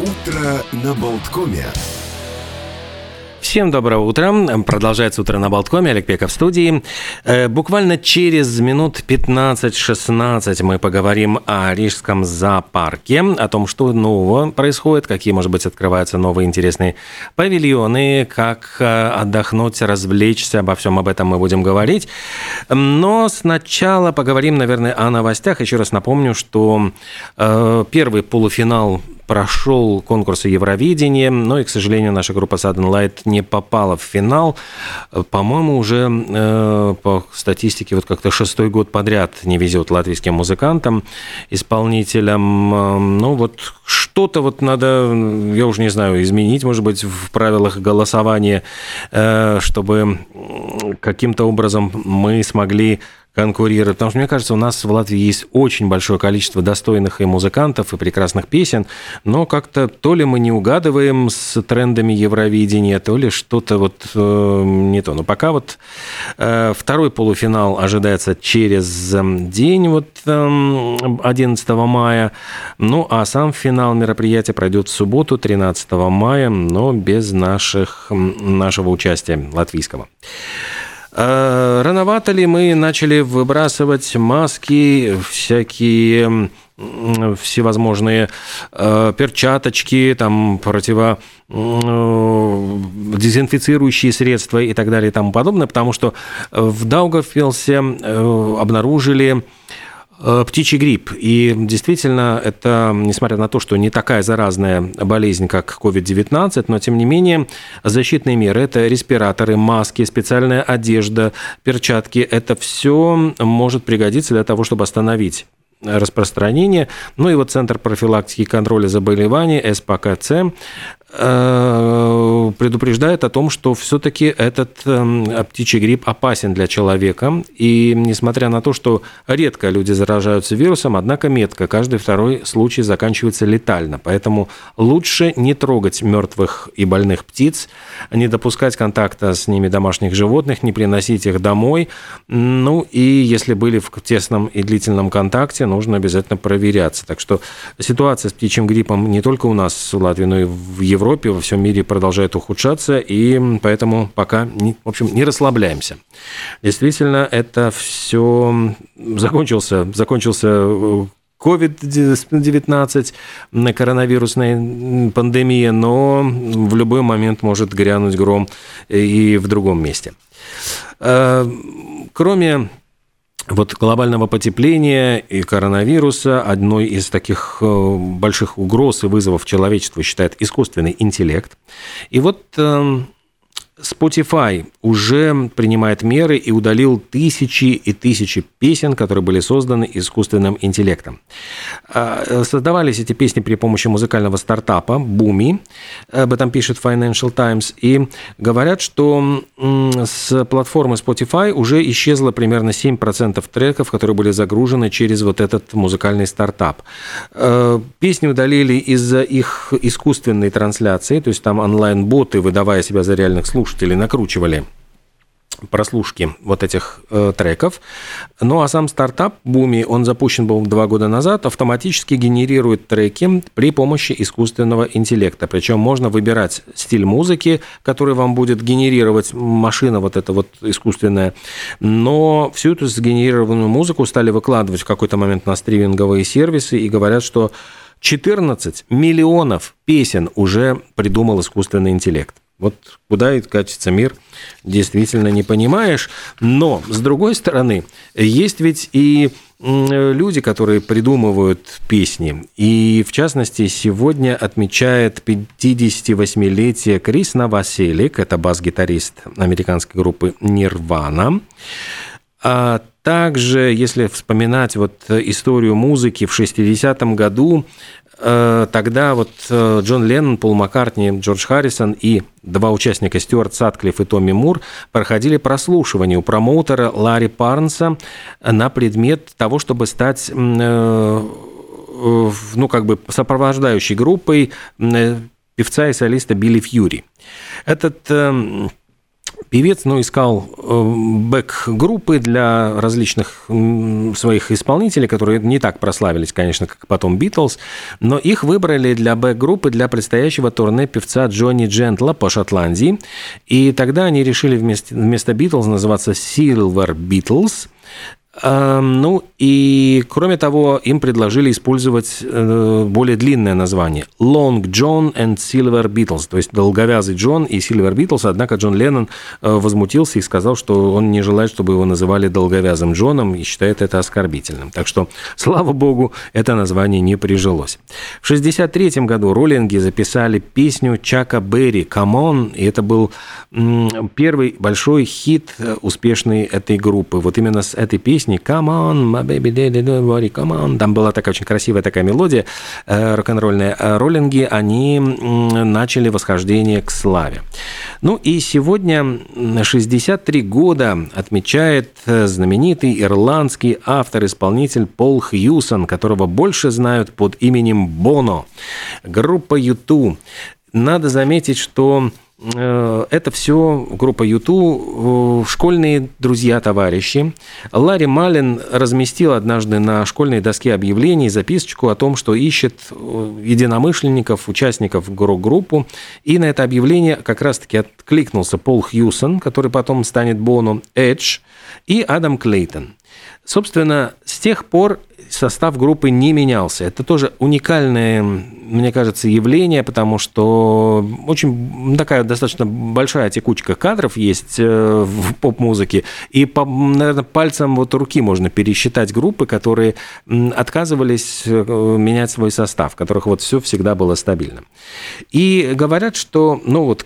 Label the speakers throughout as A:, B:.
A: Утро на Болткоме.
B: Всем доброго утра. Продолжается «Утро на Болткоме». Олег Пеков в студии. Буквально через минут 15-16 мы поговорим о Рижском зоопарке, о том, что нового происходит, какие, может быть, открываются новые интересные павильоны, как отдохнуть, развлечься. Обо всем об этом мы будем говорить. Но сначала поговорим, наверное, о новостях. Еще раз напомню, что первый полуфинал прошел конкурса Евровидения, но и, к сожалению, наша группа Sudden Light не попала в финал. По-моему, уже по статистике вот как-то 6-й год подряд не везет латвийским музыкантам, исполнителям. Ну вот что-то вот надо, я уже не знаю, изменить, может быть, в правилах голосования, чтобы каким-то образом мы смогли конкурировать. Потому что, мне кажется, у нас в Латвии есть очень большое количество достойных и музыкантов, и прекрасных песен, но как-то то ли мы не угадываем с трендами Евровидения, то ли что-то вот не то. Но пока вот второй полуфинал ожидается через день, вот 11 мая, ну а сам финал мероприятия пройдет в субботу, 13 мая, но без нашего участия латвийского. Рановато ли мы начали выбрасывать маски, всякие всевозможные перчаточки, там, дезинфицирующие средства и так далее и тому подобное, потому что в Даугавпилсе обнаружили птичий грипп. И действительно, это, несмотря на то, что не такая заразная болезнь, как COVID-19, но, тем не менее, защитные меры – это респираторы, маски, специальная одежда, перчатки – это все может пригодиться для того, чтобы остановить распространение. Ну и вот Центр профилактики и контроля заболеваний, СПКЦ, предупреждает о том, что все-таки этот птичий грипп опасен для человека. И несмотря на то, что редко люди заражаются вирусом, однако метко каждый второй случай заканчивается летально. Поэтому лучше не трогать мертвых и больных птиц, не допускать контакта с ними домашних животных, не приносить их домой. Ну и если были в тесном и длительном контакте, нужно обязательно проверяться. Так что ситуация с птичьим гриппом не только у нас в Латвии, но и в Европе, во всем мире продолжает ухудшаться, и поэтому пока, в общем, не расслабляемся. Действительно, это все закончился COVID-19, коронавирусная пандемия, но в любой момент может грянуть гром и в другом месте. Кроме вот глобального потепления и коронавируса, одной из таких больших угроз и вызовов человечеству считает искусственный интеллект. И вот Spotify уже принимает меры и удалил тысячи и тысячи песен, которые были созданы искусственным интеллектом. Создавались эти песни при помощи музыкального стартапа Boomy, об этом пишет Financial Times, и говорят, что с платформы Spotify уже исчезло примерно 7% треков, которые были загружены через вот этот музыкальный стартап. Песни удалили из-за их искусственной трансляции, то есть там онлайн-боты, выдавая себя за реальных слушателей, накручивали прослушки вот этих треков. Ну, а сам стартап Boomy, он запущен был 2 года назад, автоматически генерирует треки при помощи искусственного интеллекта. Причем можно выбирать стиль музыки, который вам будет генерировать машина вот эта вот искусственная. Но всю эту сгенерированную музыку стали выкладывать в какой-то момент на стриминговые сервисы и говорят, что 14 миллионов песен уже придумал искусственный интеллект. Вот куда и катится мир, действительно не понимаешь. Но, с другой стороны, есть ведь и люди, которые придумывают песни. И, в частности, сегодня отмечает 58-летие Крис Новоселик, это бас-гитарист американской группы Nirvana. А также, если вспоминать вот историю музыки, в 60-м году тогда вот Джон Леннон, Пол Маккартни, Джордж Харрисон и 2 участника, Стюарт Сатклифф и Томми Мур, проходили прослушивание у промоутера Ларри Парнса на предмет того, чтобы стать, сопровождающей группой певца и солиста Билли Фьюри. Этот Певец, искал бэк-группы для различных своих исполнителей, которые не так прославились, конечно, как потом Битлз, но их выбрали для бэк-группы для предстоящего турне певца Джонни Джентла по Шотландии. И тогда они решили вместо Битлз называться Silver Beatles. И, кроме того, им предложили использовать более длинное название – Long John and Silver Beatles, то есть долговязый Джон и Silver Beatles, однако Джон Леннон возмутился и сказал, что он не желает, чтобы его называли долговязым Джоном и считает это оскорбительным. Так что, слава богу, это название не прижилось. В 1963 году роллинги записали песню Чака Берри «Come On», и это был первый большой хит успешный этой группы. Вот именно с этой песни «Come on, my baby daddy, don't worry, come on». Там была такая очень красивая такая мелодия рок-н-ролльная. Роллинги, они начали восхождение к славе. И сегодня 63 года отмечает знаменитый ирландский автор-исполнитель Пол Хьюсон, которого больше знают под именем Боно. Группа U2. Надо заметить, что это все группа U2, школьные друзья, товарищи. Ларри Маллен разместил однажды на школьной доске объявлений записочку о том, что ищет единомышленников, участников в рок-группу. И на это объявление как раз-таки откликнулся Пол Хьюсон, который потом станет Боно, Эдж и Адам Клейтон. Собственно, с тех пор состав группы не менялся. Это тоже уникальное, мне кажется, явление, потому что очень такая достаточно большая текучка кадров есть в поп-музыке, и, наверное, пальцем руки можно пересчитать группы, которые отказывались менять свой состав, в которых все всегда было стабильно. И говорят, что,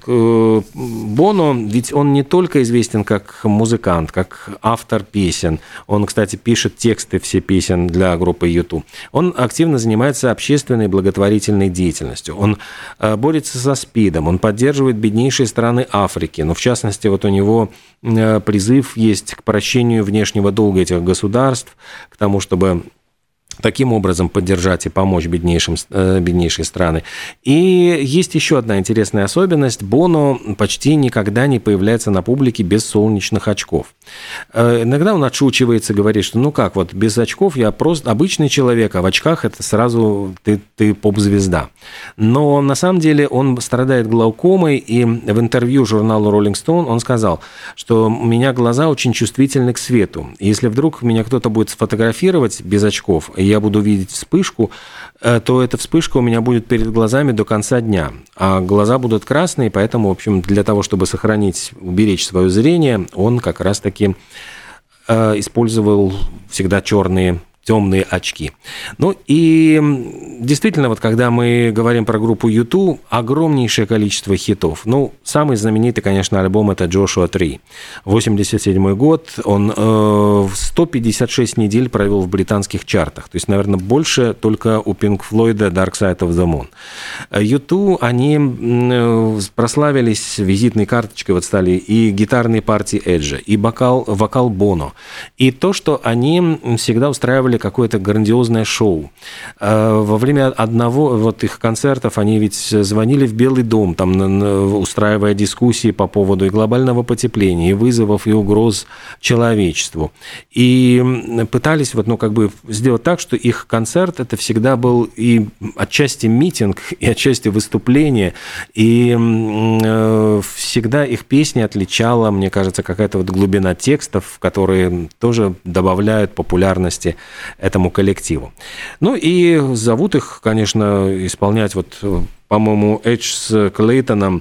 B: Боно, ведь он не только известен как музыкант, как автор песен, он, кстати, пишет тексты все песен для группы U2. Он активно занимается общественной благотворительной деятельностью. Он борется со СПИДом, он поддерживает беднейшие страны Африки. Но, в частности, у него призыв есть к прощению внешнего долга этих государств, к тому, чтобы таким образом поддержать и помочь беднейшие страны. И есть еще одна интересная особенность. Боно почти никогда не появляется на публике без солнечных очков. Иногда он отшучивается, говорит, что без очков я просто обычный человек, а в очках это сразу ты поп-звезда. Но на самом деле он страдает глаукомой, и в интервью журналу Rolling Stone он сказал, что у меня глаза очень чувствительны к свету. И если вдруг меня кто-то будет сфотографировать без очков, и я буду видеть вспышку, то эта вспышка у меня будет перед глазами до конца дня. А глаза будут красные, поэтому, в общем, для того, чтобы уберечь свое зрение, он как раз-таки использовал всегда темные очки. И действительно, когда мы говорим про группу U2, огромнейшее количество хитов. Самый знаменитый, конечно, альбом – это Joshua Tree. 1987 год. Он 156 недель провел в британских чартах. То есть, наверное, больше только у Pink Floyd Dark Side of the Moon. U2, они прославились визитной карточкой, стали и гитарные партии Эджа, и вокал Боно. И то, что они всегда устраивали какое-то грандиозное шоу. Во время одного их концертов они ведь звонили в Белый дом, устраивая дискуссии по поводу и глобального потепления, и вызовов, и угроз человечеству. И пытались сделать так, что их концерт это всегда был и отчасти митинг, и отчасти выступление, и всегда их песни отличала, мне кажется, какая-то глубина текстов, которые тоже добавляют популярности этому коллективу. И зовут их, конечно, исполнять, по-моему, Эдж с Клейтоном,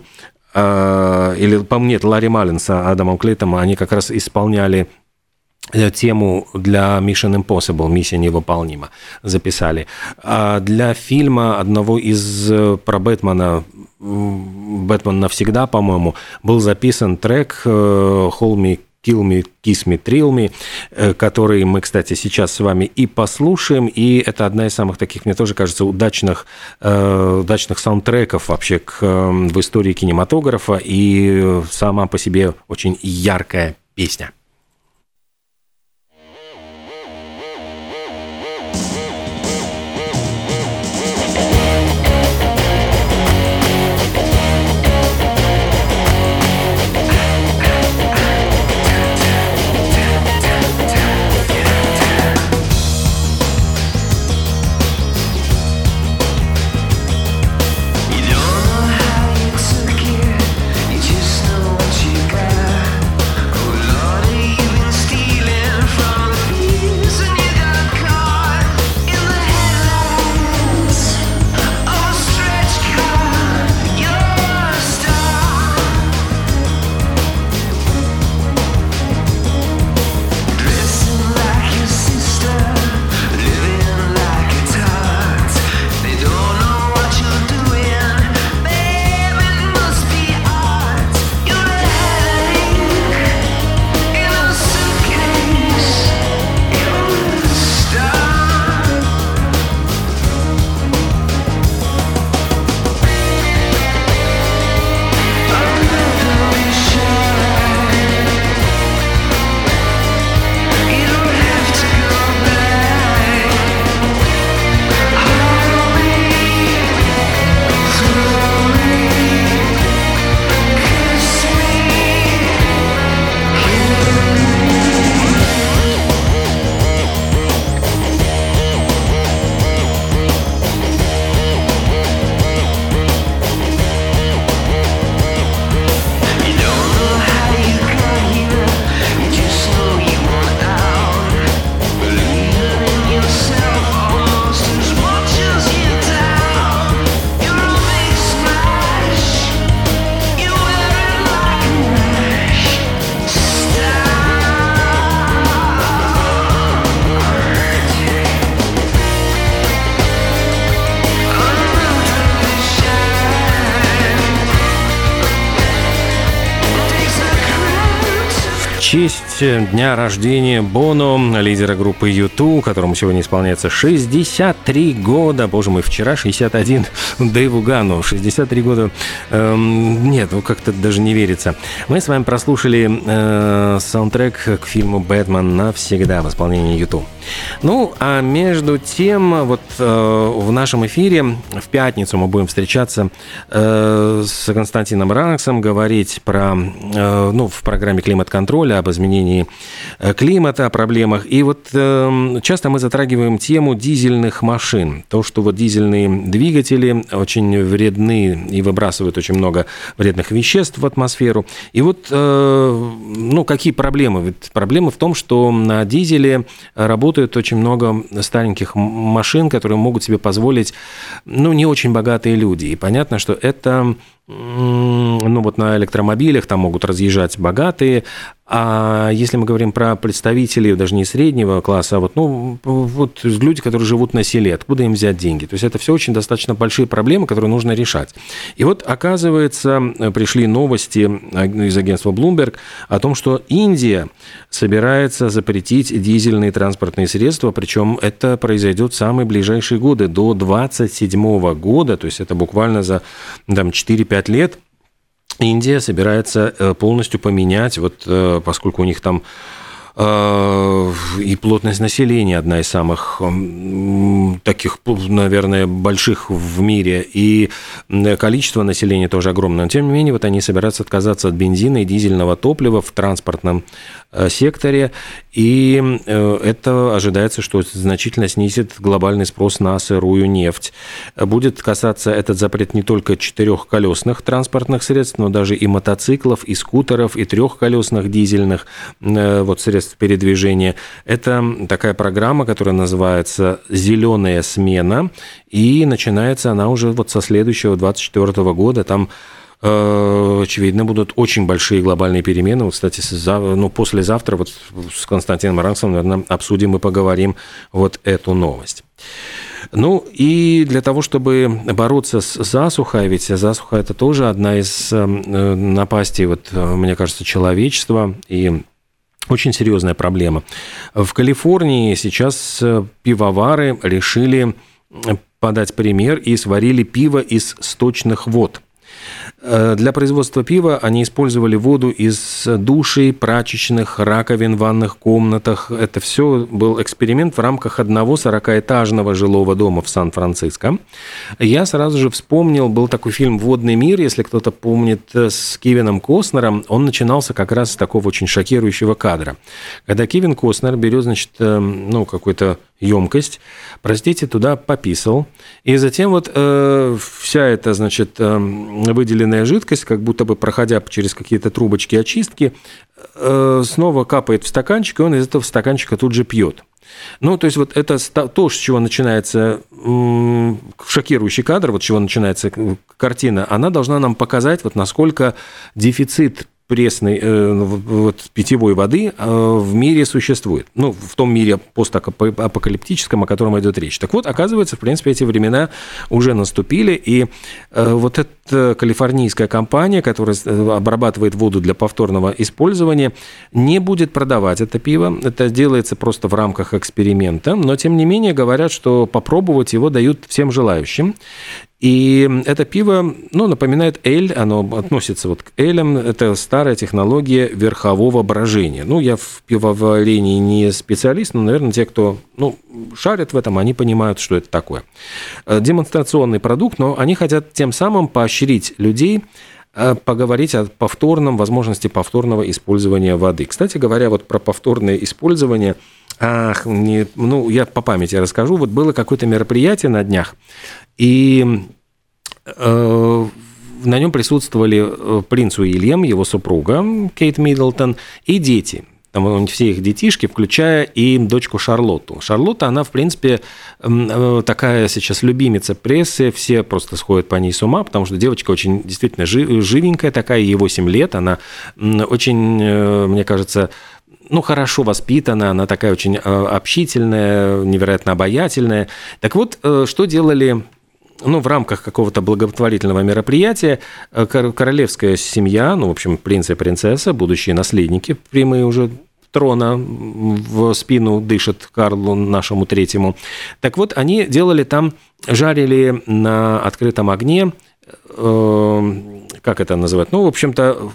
B: Ларри Маллен с Адамом Клейтоном, они как раз исполняли тему для Mission Impossible, «Миссия невыполнима», записали. А для фильма одного про Бэтмена, «Бэтмен навсегда», по-моему, был записан трек «Hold Me, Kill Me, Kiss Me, Thrill Me», который мы, кстати, сейчас с вами и послушаем, и это одна из самых таких, мне тоже кажется, удачных саундтреков вообще в истории кинематографа, и сама по себе очень яркая песня. честь дня рождения Боно, лидера группы U2, которому сегодня исполняется 63 года. Боже мой, вчера 61 Дэйву Ганну. 63 года. Нет, ну как-то даже не верится. Мы с вами прослушали саундтрек к фильму «Бэтмен навсегда» в исполнении U2. Ну, а между тем, вот в нашем эфире в пятницу мы будем встречаться с Константином Раноксом, говорить про, в программе «Климат-контроля» об изменении климата, о проблемах. И вот часто мы затрагиваем тему дизельных машин. То, что вот дизельные двигатели очень вредны и выбрасывают очень много вредных веществ в атмосферу. И вот, какие проблемы? Ведь проблема в том, что на дизеле работают очень много стареньких машин, которые могут себе позволить, не очень богатые люди. И понятно, что это, на электромобилях там могут разъезжать богатые, а если мы говорим про представителей даже не среднего класса, а люди, которые живут на селе, откуда им взять деньги? То есть это все очень достаточно большие проблемы, которые нужно решать. И вот, оказывается, пришли новости из агентства Bloomberg о том, что Индия собирается запретить дизельные транспортные средства, причем это произойдет в самые ближайшие годы, до 2027 года, то есть это буквально за 4-5 лет. Индия собирается полностью поменять, поскольку у них там и плотность населения одна из самых таких, наверное, больших в мире, и количество населения тоже огромное. Но, тем не менее, они собираются отказаться от бензина и дизельного топлива в транспортном секторе, и это ожидается, что значительно снизит глобальный спрос на сырую нефть. Будет касаться этот запрет не только четырехколесных транспортных средств, но даже и мотоциклов, и скутеров, и трехколесных дизельных средств передвижения. Это такая программа, которая называется «Зеленая смена», и начинается она уже со следующего 2024 года. Там, очевидно, будут очень большие глобальные перемены. Кстати, послезавтра с Константином Раноксом, наверное, обсудим и поговорим эту новость. И для того, чтобы бороться с засухой, ведь засуха – это тоже одна из напастей, мне кажется, человечества, и очень серьезная проблема. В Калифорнии сейчас пивовары решили подать пример и сварили пиво из сточных вод. Для производства пива они использовали воду из душей, прачечных, раковин в ванных комнатах. Это все был эксперимент в рамках одного 40-этажного жилого дома в Сан-Франциско. Я сразу же вспомнил, был такой фильм «Водный мир», если кто-то помнит, с Кевином Костнером. Он начинался как раз с такого очень шокирующего кадра. Когда Кевин Костнер берет, какую-то емкость, туда пописал, и затем вся эта, выделенная жидкость, как будто бы проходя через какие-то трубочки очистки, снова капает в стаканчик, и он из этого стаканчика тут же пьет. Это то, с чего начинается шокирующий кадр, с чего начинается картина, она должна нам показать, насколько дефицит пресной питьевой воды в мире существует. В том мире постапокалиптическом, о котором идет речь. Так вот, оказывается, в принципе, эти времена уже наступили, и эта калифорнийская компания, которая обрабатывает воду для повторного использования, не будет продавать это пиво. Это делается просто в рамках эксперимента, но, тем не менее, говорят, что попробовать его дают всем желающим. И это пиво, напоминает эль, оно относится к элям, это старая технология верхового брожения. Я в пивоварении не специалист, но, наверное, те, кто шарят в этом, они понимают, что это такое. Демонстрационный продукт, но они хотят тем самым поощрить людей, поговорить о возможности повторного использования воды. Кстати говоря, про повторное использование, я по памяти расскажу. Было какое-то мероприятие на днях, и на нем присутствовали принц Уильям, его супруга Кейт Миддлтон и дети. Там все их детишки, включая и дочку Шарлотту. Шарлотта, она, в принципе, такая сейчас любимица прессы, все просто сходят по ней с ума, потому что девочка очень действительно живенькая такая, ей 8 лет, она очень, мне кажется, хорошо воспитана, она такая очень общительная, невероятно обаятельная. Так вот, что делали в рамках какого-то благотворительного мероприятия королевская семья, в общем, принц и принцесса, будущие наследники, прямые уже трона, в спину дышит Карлу нашему третьему. Так вот, они делали там, жарили на открытом огне, как это называют? В общем-то,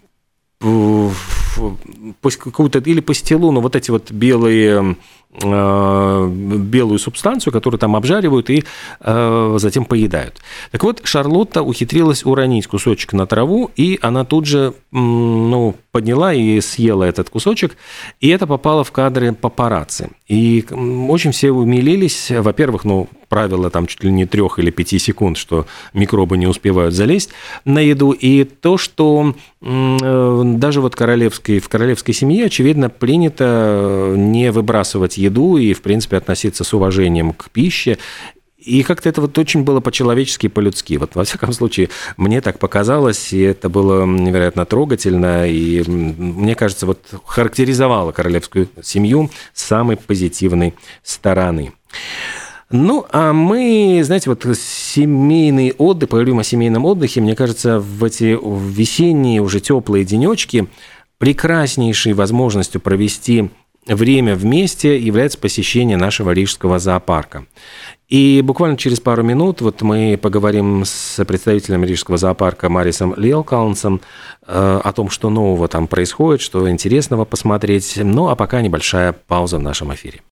B: какую-то или пастилу, вот эти вот белую субстанцию, которую там обжаривают и затем поедают. Так вот, Шарлотта ухитрилась уронить кусочек на траву, и она тут же подняла и съела этот кусочек, и это попало в кадры папарацци. И очень все умилились. Во-первых, правило там чуть ли не 3 или 5 секунд, что микробы не успевают залезть на еду, и то, что даже вот в королевской семье, очевидно, принято не выбрасывать еду и, в принципе, относиться с уважением к пище. И как-то это вот очень было по-человечески и по-людски. Вот, во всяком случае, мне так показалось, и это было невероятно трогательно, и, мне кажется, вот характеризовало королевскую семью с самой позитивной стороны. А мы, знаете, вот семейный отдых, поговорим о семейном отдыхе, мне кажется, в эти весенние уже теплые денечки прекраснейшей возможностью провести время вместе является посещение нашего рижского зоопарка. И буквально через пару минут мы поговорим с представителем рижского зоопарка Марисом Лелкалнсом о том, что нового там происходит, что интересного посмотреть. А пока небольшая пауза в нашем эфире.